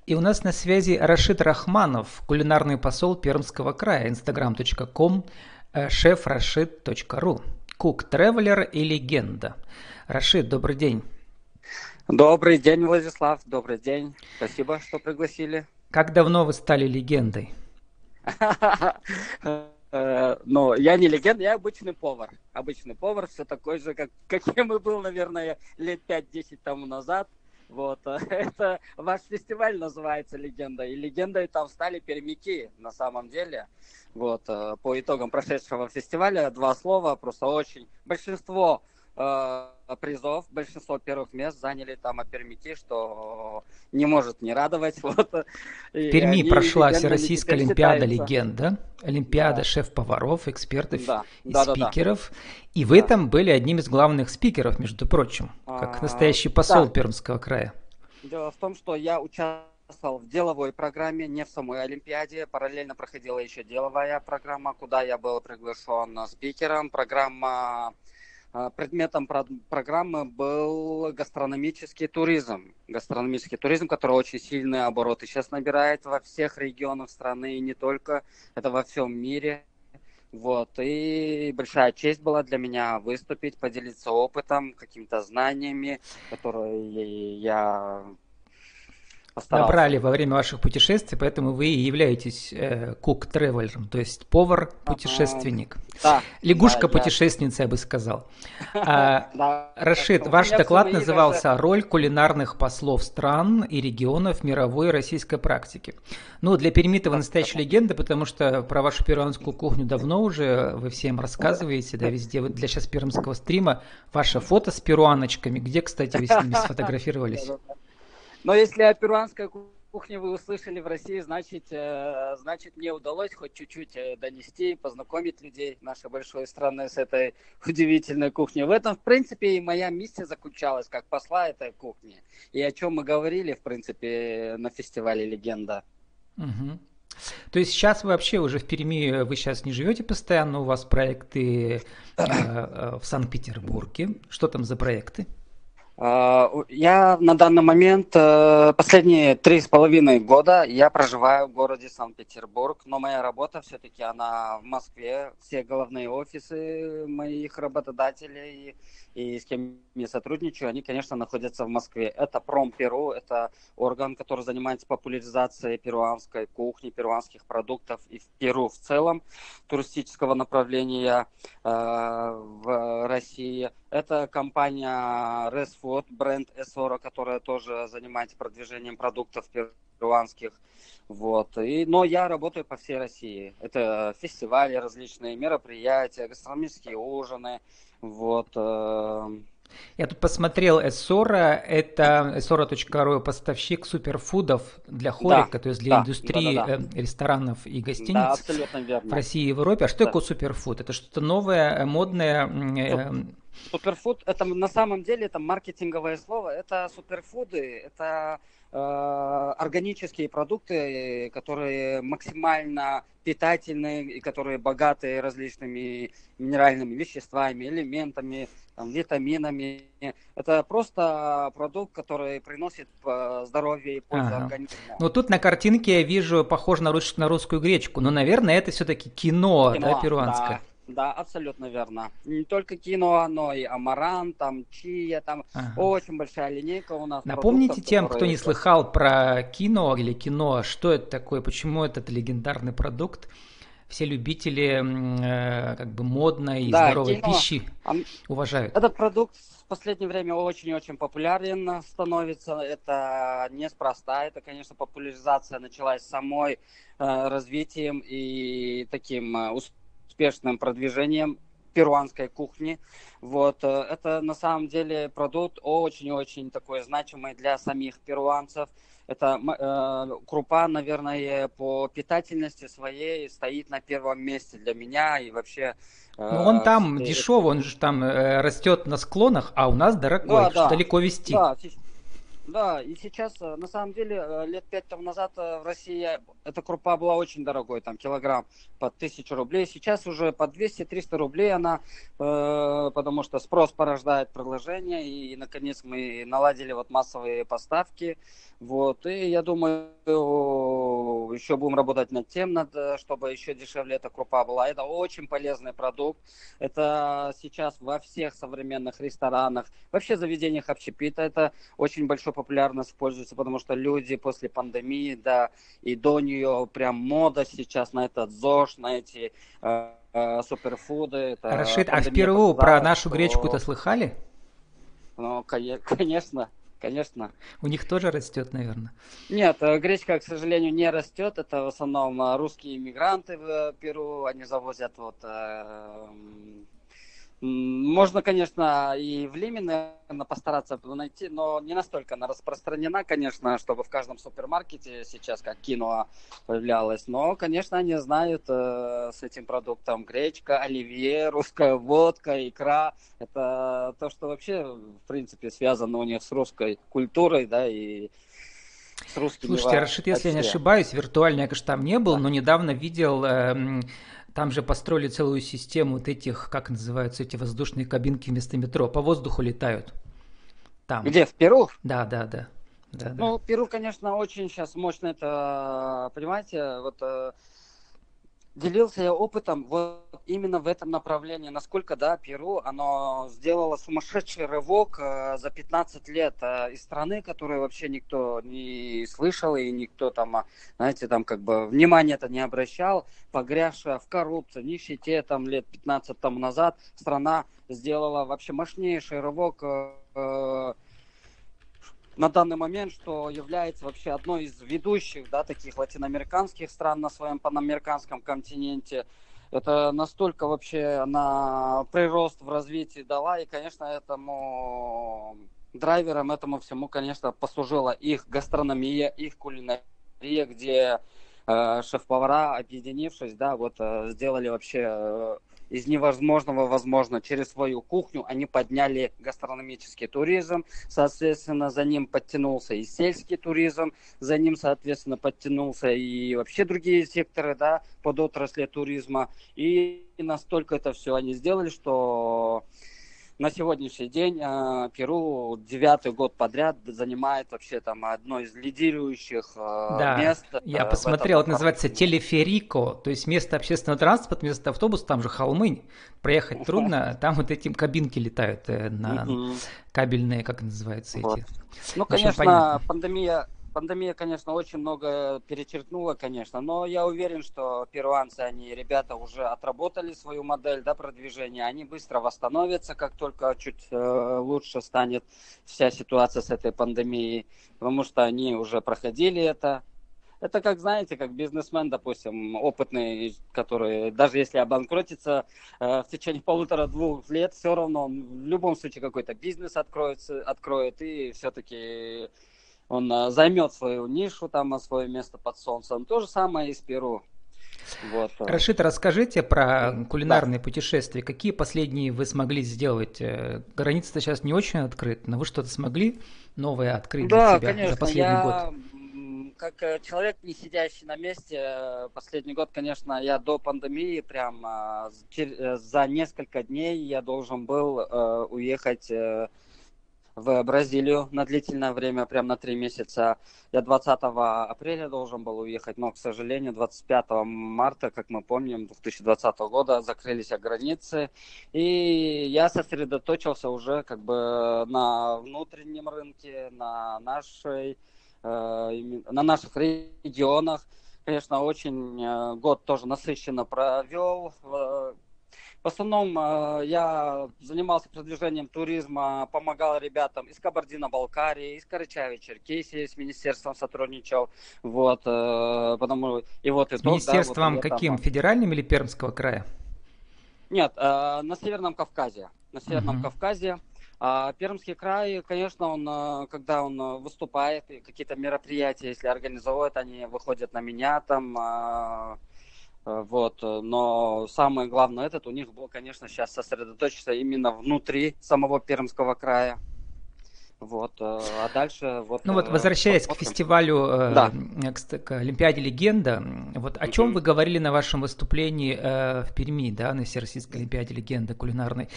И у нас на связи Рашид Рахманов, кулинарный посол Пермского края, instagram.com, шефрашид.ру, кук-тревелер и легенда. Рашид, добрый день. Добрый день, Владислав, добрый день. Спасибо, что пригласили. Как давно вы стали легендой? Но я не легенда, я обычный повар. Обычный повар, все такой же, каким и был, наверное, лет 5-10 тому назад. Вот, это ваш фестиваль называется «Легенда», и легендой там стали пермяки на самом деле. Вот, по итогам прошедшего фестиваля два слова, просто очень большинство призов, большинство первых мест заняли там пермяки, что не может не радовать. Вот. В И Перми они прошла легендами Всероссийская теперь Олимпиада считаются. «Легенда», Олимпиада Да, шеф-поваров, экспертов да, и да, да, да, спикеров. И вы да. там были одним из главных спикеров, между прочим, как настоящий посол Да, Пермского края. дело в том, что я участвовал в деловой программе, не в самой Олимпиаде. Параллельно проходила еще деловая программа, куда я был приглашен спикером. Предметом программы был гастрономический туризм. Гастрономический туризм, который очень сильные обороты сейчас набирает во всех регионах страны и не только. Это во всем мире. Вот. И большая честь была для меня выступить, поделиться опытом, какими-то знаниями, которые я Набрали постарался. во время ваших путешествий, поэтому вы и являетесь кук-тревелером, то есть А, повар-путешественник. Да, да, я... Лягушка-путешественница, я бы сказал. А, Да, Рашид, у ваш меня все доклад мои даже... назывался «Роль кулинарных послов стран и регионов мировой и российской практики». Ну, для Перми-то вы Да, настоящая легенда, потому что про вашу перуанскую кухню давно уже вы всем рассказываете, да, везде. Вот для сейчас пермского стрима ваше фото с перуаночками. Где, кстати, вы с ними сфотографировались? да. Но если о перуанской кухне вы услышали в России, значит мне удалось хоть чуть-чуть донести, познакомить людей нашей большой страны с этой удивительной кухней. В этом, в принципе, и моя миссия заключалась как посла этой кухни. И о чем мы говорили, в принципе, на фестивале «Легенда». Мгм. То есть сейчас вы вообще уже в Перми, вы сейчас не живете постоянно, у вас проекты в Санкт-Петербурге. Что там за проекты? Я на данный момент, последние 3,5 года я проживаю в городе Санкт-Петербург, но моя работа все-таки она в Москве. Все головные офисы моих работодателей и с кем я сотрудничаю, они, конечно, находятся в Москве. Это Промперу, это орган, который занимается популяризацией перуанской кухни, перуанских продуктов и в Перу в целом, туристического направления в России. Это компания Resfood, бренд Essoro, которая тоже занимается продвижением продуктов перуанских. Вот. Но я работаю по всей России. Это фестивали, различные мероприятия, гастрономические ужины. Вот. Я тут посмотрел Эссора, это essora.ru, поставщик суперфудов для Да, хорика, то есть для да, да, да, индустрии да. ресторанов и Да, гостиниц абсолютно в верно. России и в Европе. А что Да. такое суперфуд? Это что-то новое, модное? Суперфуд, это на самом деле это маркетинговое слово. Это суперфуды, это органические продукты, которые максимально питательные и которые богаты различными минеральными веществами, элементами, там, витаминами. Это просто продукт, который приносит здоровье и пользу Ага. организму. Ну, тут на картинке я вижу, похоже на русскую гречку. Но, наверное, это все-таки кино, да, Киноа, перуанское. да, да, абсолютно верно. Не только киноа, но и амарант, там чия, там Ага. очень большая линейка у нас Напомните продуктов, тем, кто которые... не слыхал про кино или кино, что это такое, почему этот легендарный продукт все любители как бы модной и Да, здоровой кино. пищи Ам- уважают. Этот продукт в последнее время очень-очень популярен становится. Это неспроста. Это, конечно, популяризация началась самой развитием и таким успешным продвижением перуанской кухни. Вот. Это на самом деле продукт очень-очень такой значимый для самих перуанцев. Это крупа, наверное, по питательности своей стоит на первом месте для меня и вообще Но он там все. дешевый, он же там растет на склонах, а у нас дорогой. Да, Их же да, далеко везти. да. Да, и сейчас, на самом деле, лет 5 тому назад в России эта крупа была очень дорогой, там килограмм по 1000 рублей. Сейчас уже по 200-300 рублей она, потому что спрос порождает предложение, и, наконец, мы наладили вот массовые поставки. Вот, и я думаю, еще будем работать над тем, чтобы еще дешевле эта крупа была. Это очень полезный продукт. Это сейчас во всех современных ресторанах, вообще заведениях общепита. Это очень большой популярность пользуется, потому что люди после пандемии, да, и до нее прям мода сейчас на этот ЗОЖ, на эти суперфуды. Это Рашид, а в пандемия Перу про показала, нашу гречку-то что, слыхали? ну, конечно, конечно. У них тоже растет, наверное. Нет, гречка, к сожалению, не растет. Это в основном русские иммигранты в Перу. Они завозят вот можно, конечно, и в Лиме, наверное, постараться найти, но не настолько она распространена, конечно, чтобы в каждом супермаркете сейчас как киноа появлялось. Но, конечно, они знают с этим продуктом гречка, оливье, русская водка, икра. Это то, что вообще, в принципе, связано у них с русской культурой, да, и с русскими Слушайте, Рашид, если я не вообще. ошибаюсь, виртуально я, конечно, там не был, Да. но недавно видел, там же построили целую систему вот этих, как называются эти воздушные кабинки вместо метро, по воздуху летают там. Где? В Перу? Да, да, да, да, да. Ну, Перу, конечно, очень сейчас мощно это, понимаете, вот делился я опытом вот именно в этом направлении, насколько, да, Перу, оно сделало сумасшедший рывок за 15 лет из страны, которую вообще никто не слышал, и никто там, знаете, там как бы внимания это не обращал, погрязшая в коррупции, нищете, там лет 15 тому назад страна сделала вообще мощнейший рывок на данный момент, что является вообще одной из ведущих, да, таких латиноамериканских стран на своем панамериканском континенте. Это настолько вообще она прирост в развитии дала, и, конечно, этому драйвером этому всему, конечно, послужила их гастрономия, их кулинария, где шеф-повара, объединившись, да, вот сделали вообще из невозможного возможно. Через свою кухню они подняли гастрономический туризм, соответственно, за ним подтянулся и сельский туризм, за ним, соответственно, подтянулся и вообще другие секторы, да, подотрасли туризма. И настолько это все они сделали, что на сегодняшний день Перу 9-й год подряд занимает вообще там одно из лидирующих Да, мест я в этом посмотрел, это называется направлении. телеферико, то есть место общественного транспорта, вместо автобуса, там же холмы, проехать трудно, там вот эти кабинки летают на Мгм. кабельные, как называются Вот. эти. Ну, В общем, понятно. конечно, пандемия, конечно, очень много перечеркнула, конечно, но я уверен, что перуанцы, они, ребята, уже отработали свою модель, да, продвижения, они быстро восстановятся, как только чуть лучше станет вся ситуация с этой пандемией, потому что они уже проходили это. Это как, знаете, как бизнесмен, допустим, опытный, который даже если обанкротится в течение 1,5-2 лет, все равно он в любом случае какой-то бизнес откроет и все-таки он займет свою нишу, там, свое место под солнцем. То же самое и с Перу. Вот. Рашид, расскажите про Да. кулинарные путешествия. Какие последние вы смогли сделать? Границы-то сейчас не очень открыты, но вы что-то смогли новое открыть для Да, себя за конечно, последний год? я как человек, не сидящий на месте, последний год, конечно, я до пандемии прям за несколько дней я должен был уехать в Бразилию на длительное время, прям на 3 месяца. Я 20 апреля должен был уехать, но, к сожалению, 25 марта, как мы помним, 2020 года закрылись границы, и я сосредоточился уже как бы на внутреннем рынке, на наших регионах. Конечно, очень год тоже насыщенно провел. В основном я занимался продвижением туризма, помогал ребятам из Кабардино-Балкарии, из Карачаево-Черкесии, с министерством сотрудничал. Вот, потому и вот С итог, да, вот министерством летом. каким? Федеральным или Пермского края? Нет, на Северном Кавказе. На Северном Мгм. Кавказе. А Пермский край, конечно, он, когда он выступает, и какие-то мероприятия, если организовывают, они выходят на меня там, вот, но самое главное у них было, конечно, сейчас сосредоточиться именно внутри самого Пермского края. Вот, а дальше вот Ну вот, возвращаясь к посмотрим. фестивалю, Да. к Олимпиаде Легенда, вот о чем Мгм. вы говорили на вашем выступлении в Перми, да, на Всероссийской Олимпиаде Легенда кулинарной?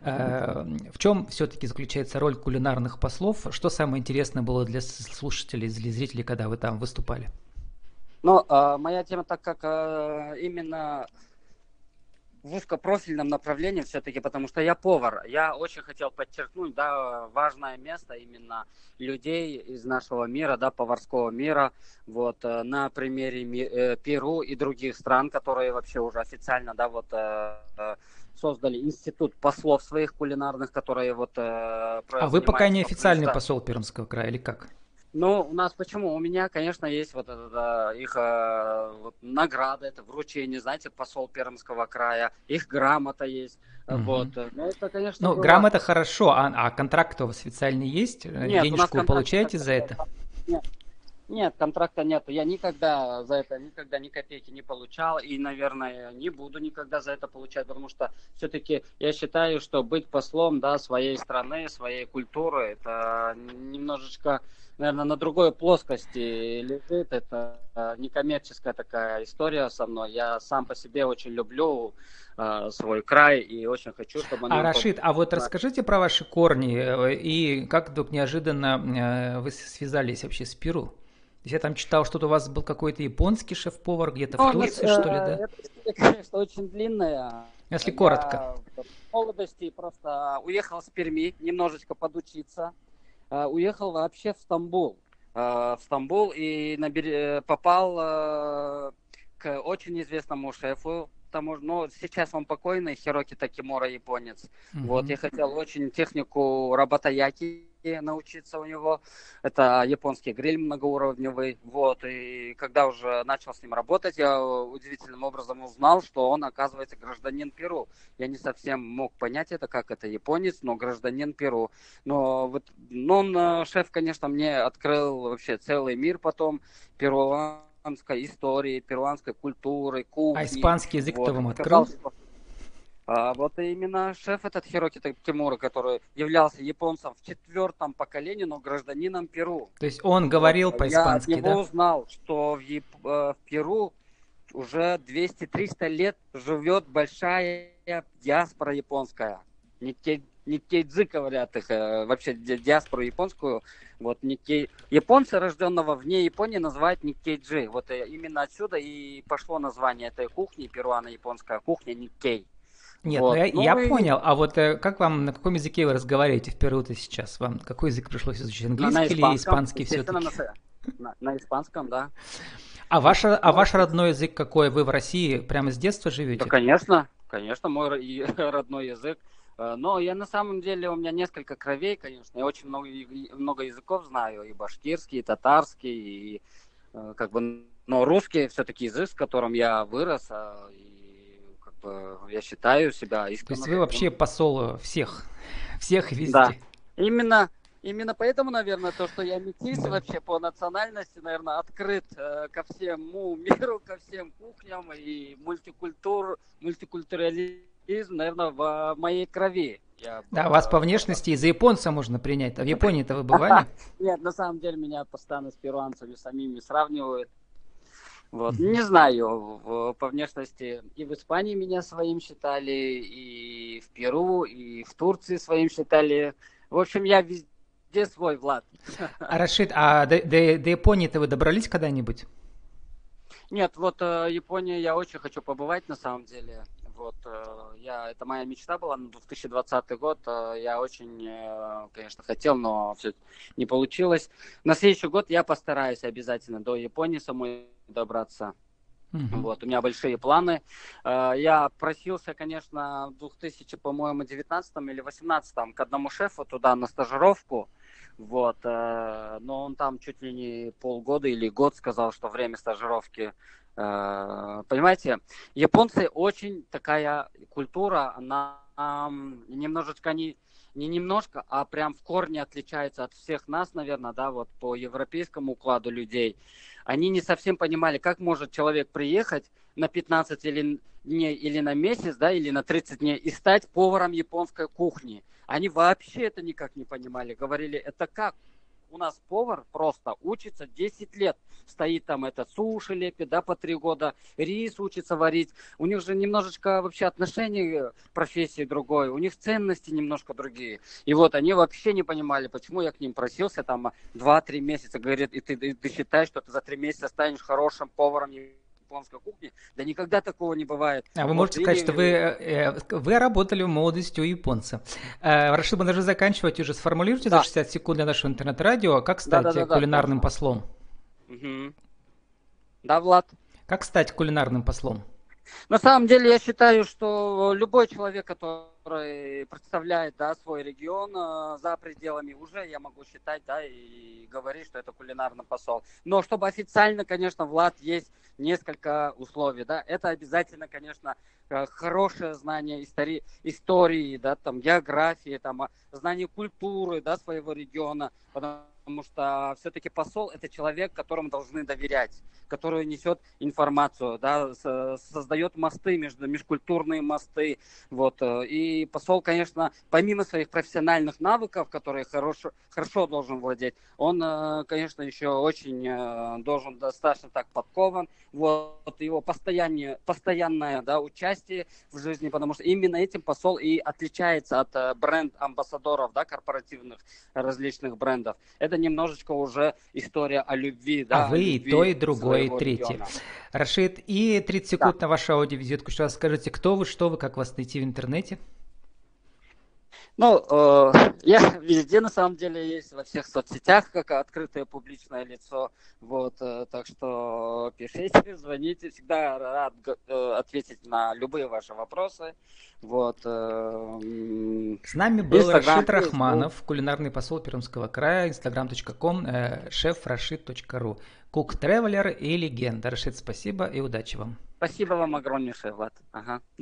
В чем все-таки заключается роль кулинарных послов? Что самое интересное было для слушателей, для зрителей, когда вы там выступали? Но моя тема, так как именно в узкопрофильном направлении все-таки, потому что я повар. Я очень хотел подчеркнуть, да, важное место именно людей из нашего мира, да, поварского мира, вот, на примере Перу и других стран, которые вообще уже официально, да, вот, создали институт послов своих кулинарных, которые вот А вы пока занимаются не официальный популяризацией. посол Пермского края или как? Ну, у нас почему? У меня, конечно, есть вот это, да, их вот, награда, это вручение, знаете, посол Пермского края, их грамота есть, Мгм. вот. Но это, конечно, Ну, было... грамота хорошо, а контракт у вас официальный есть? Нет, у нас Денежку вы контракта как получаете за это? нет, нет, контракта нет. Я никогда за это никогда ни копейки не получал и, наверное, не буду никогда за это получать, потому что все-таки я считаю, что быть послом, да, своей страны, своей культуры, это немножечко, наверное, на другой плоскости лежит. Это некоммерческая такая история со мной. Я сам по себе очень люблю свой край и очень хочу, чтобы о А, нем Рашид, а вот расскажите про ваши корни и как вдруг неожиданно вы связались вообще с Перу? То есть я там читал, что-то у вас был какой-то японский шеф-повар где-то в Ну, Турции, что ли, да? эта история, конечно, очень длинная. Если коротко. Я в молодости просто уехал с Перми немножечко подучиться. Уехал вообще в Стамбул. В Стамбул и попал к очень известному шефу. Но сейчас он покойный, Хироки Такимура, японец. Вот, Мгм. я хотел очень технику работаяки научиться у него. Это японский гриль многоуровневый. Вот, и когда уже начал с ним работать, я удивительным образом узнал, что он, оказывается, гражданин Перу. Я не совсем мог понять это, как это японец, но гражданин Перу. Но вот, но он, шеф, конечно, мне открыл вообще целый мир потом перуанской истории, перуанской культуры, А кухни. испанский язык кто Вот, вам сказал, открыл? что вот именно шеф этот Хироки Такимура, который являлся японцем в четвертом поколении, но гражданином Перу. То есть он Вот, говорил я от по-испански, него да? узнал, что в Перу уже 200-300 лет живет большая диаспора японская. Никейдзы говорят их, вообще диаспору японскую. Вот японца, рожденного вне Японии, называют Никейджи. Вот именно отсюда и пошло название этой кухни, перуано-японская кухня Никкей. Нет, ну Вот. я Ну и понял. А вот как вам, на каком языке вы разговариваете в Перу-то сейчас? Вам какой язык пришлось изучить? на Английский или испанском, испанский естественно, все-таки? на испанском, да. А Ну, ваш родной язык какой? Вы в России прямо с детства да, живете? конечно, мой родной язык. Но я на самом деле, у меня несколько кровей, конечно. Я очень много языков знаю. И башкирский, и татарский, и как бы... Но русский все-таки язык, с которым я вырос. И как бы я считаю себя То есть искренне вы таким. вообще посол всех, всех Да. везде. Именно, именно поэтому, наверное, то, что я метис Да. вообще по национальности, наверное, открыт ко всему миру, ко всем кухням и мультикультурализм, наверное, в моей крови. Да, вас по внешности и за японца можно принять. А в Японии-то вы бывали? Нет, на самом деле меня постоянно с перуанцами самими сравнивают. Вот. Мгм. Не знаю, по внешности и в Испании меня своим считали, и в Перу, и в Турции своим считали. В общем, я везде свой, Влад. А Рашид, а до Японии-то вы добрались когда-нибудь? Нет, вот Япония я очень хочу побывать на самом деле. Вот, это моя мечта была на 2020 год. Я очень, конечно, хотел, но все не получилось. На следующий год я постараюсь обязательно до Японии самой добраться. Мгм. Вот, у меня большие планы. Я просился, конечно, в 2000, по-моему, 19 или 18 к одному шефу туда на стажировку. Вот, но он там чуть ли не полгода или год сказал, что время стажировки. Понимаете, японцы очень такая культура, она немножечко не немножко, а прям в корне отличается от всех нас, наверное, да, вот по европейскому укладу людей. Они не совсем понимали, как может человек приехать на 15 дней или на месяц, да, или на 30 дней и стать поваром японской кухни. Они вообще это никак не понимали. Говорили, это как? У нас повар просто учится 10 лет. Стоит там это суши лепит, да, по 3 года. Рис учится варить. У них же немножечко вообще отношение к профессии другое. У них ценности немножко другие. И вот они вообще не понимали, почему я к ним просился там 2-3 месяца. Говорит, и ты считаешь, что ты за 3 месяца станешь хорошим поваром японской кухни? Да никогда такого не бывает. А вы Вот, можете сказать, что или... вы работали в молодости у японца. Рашид, мы должны заканчивать уже. Сформулируйте за Да, 60 секунд для нашего интернет-радио, как да, стать да, да, да, кулинарным конечно. послом. Мгм. Да, Влад? Как стать кулинарным послом? На самом деле я считаю, что любой человек, который представляет, да, свой регион за пределами, уже я могу считать, да, и говорить, что это кулинарный посол. Но чтобы официально, конечно, Влад, есть несколько условий, да. Это обязательно, конечно, хорошее знание истории, да, там, географии, там, знание культуры, да, своего региона, потому что все-таки посол – это человек, которому должны доверять, который несет информацию, да, создает мосты, межкультурные мосты. Вот. И посол, конечно, помимо своих профессиональных навыков, которые хорошо должен владеть, он, конечно, еще очень должен достаточно так подкован. Вот. Его постоянное, да, участие в жизни, потому что именно этим посол и отличается от бренд-амбассадоров, да, корпоративных различных брендов. Это немножечко уже история о любви, А да, о вы и то, и любви другое, и своего третье. региона. Рашид, и 30 Да. секунд на вашу аудиовизитку. Еще раз скажите, кто вы, что вы, как вас найти в интернете? Ну, я везде, на самом деле, есть во всех соцсетях, как открытое публичное лицо. Вот, так что пишите, звоните. Всегда рад ответить на любые ваши вопросы. Вот, С нами был Инстаграм, Рашид Фейсбук. Рахманов, кулинарный посол Пермского края, instagram.com, chefrashid.ru, кук-тревелер и легенда. Рашид, спасибо и удачи вам. Спасибо вам огромнейшее, Влад. Ага.